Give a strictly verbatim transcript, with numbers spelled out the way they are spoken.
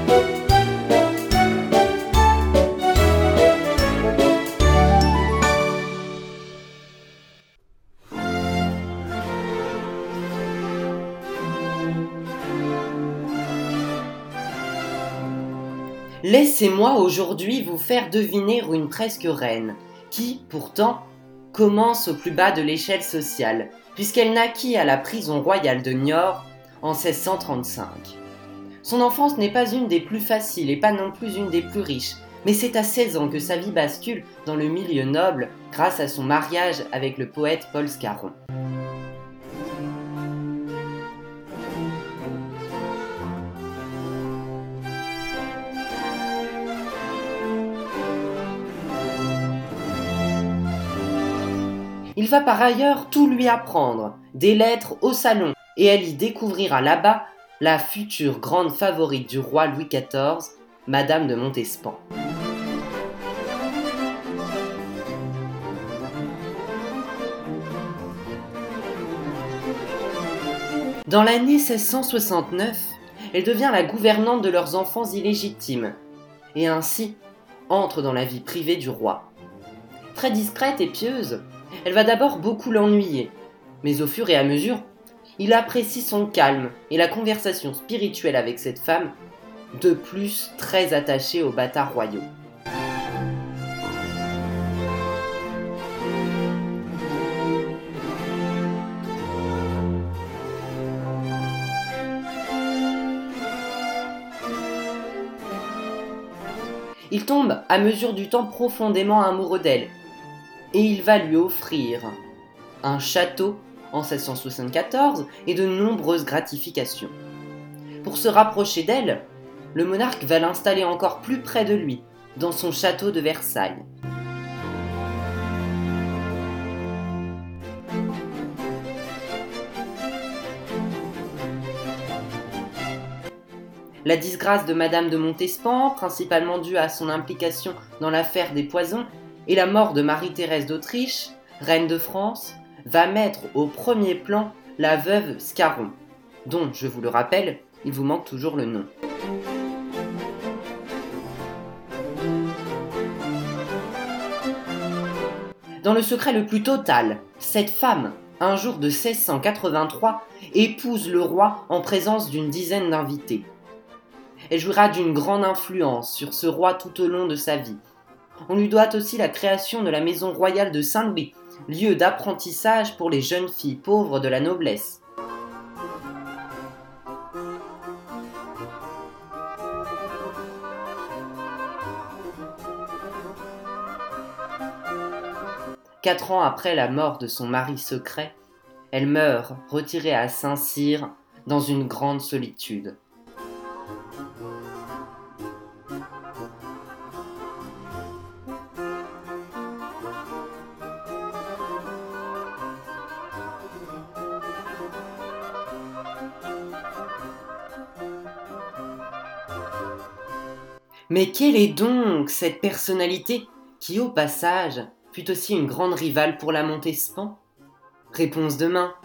Laissez-moi aujourd'hui vous faire deviner une presque reine, qui, pourtant, commence au plus bas de l'échelle sociale, puisqu'elle naquit à la prison royale de Niort en seize cent trente-cinq. Son enfance n'est pas une des plus faciles et pas non plus une des plus riches, mais c'est à seize ans que sa vie bascule dans le milieu noble grâce à son mariage avec le poète Paul Scarron. Il va par ailleurs tout lui apprendre, des lettres au salon, et elle y découvrira là-bas la future grande favorite du roi Louis quatorze, Madame de Montespan. Dans l'année seize cent soixante-neuf, elle devient la gouvernante de leurs enfants illégitimes, et ainsi entre dans la vie privée du roi. Très discrète et pieuse, elle va d'abord beaucoup l'ennuyer, mais au fur et à mesure, il apprécie son calme et la conversation spirituelle avec cette femme, de plus très attachée aux bâtards royaux. Il tombe à mesure du temps profondément amoureux d'elle, et il va lui offrir un château en seize cent soixante-quatorze et de nombreuses gratifications. Pour se rapprocher d'elle, le monarque va l'installer encore plus près de lui, dans son château de Versailles. La disgrâce de Madame de Montespan, principalement due à son implication dans l'affaire des poisons, et la mort de Marie-Thérèse d'Autriche, reine de France, va mettre au premier plan la veuve Scarron, dont, je vous le rappelle, il vous manque toujours le nom. Dans le secret le plus total, cette femme, un jour de seize cent quatre-vingt-trois, épouse le roi en présence d'une dizaine d'invités. Elle jouira d'une grande influence sur ce roi tout au long de sa vie. On lui doit aussi la création de la maison royale de Saint-Louis, lieu d'apprentissage pour les jeunes filles pauvres de la noblesse. Quatre ans après la mort de son mari secret, elle meurt retirée à Saint-Cyr dans une grande solitude. Mais quelle est donc cette personnalité qui, au passage, fut aussi une grande rivale pour la Montespan ? Réponse demain.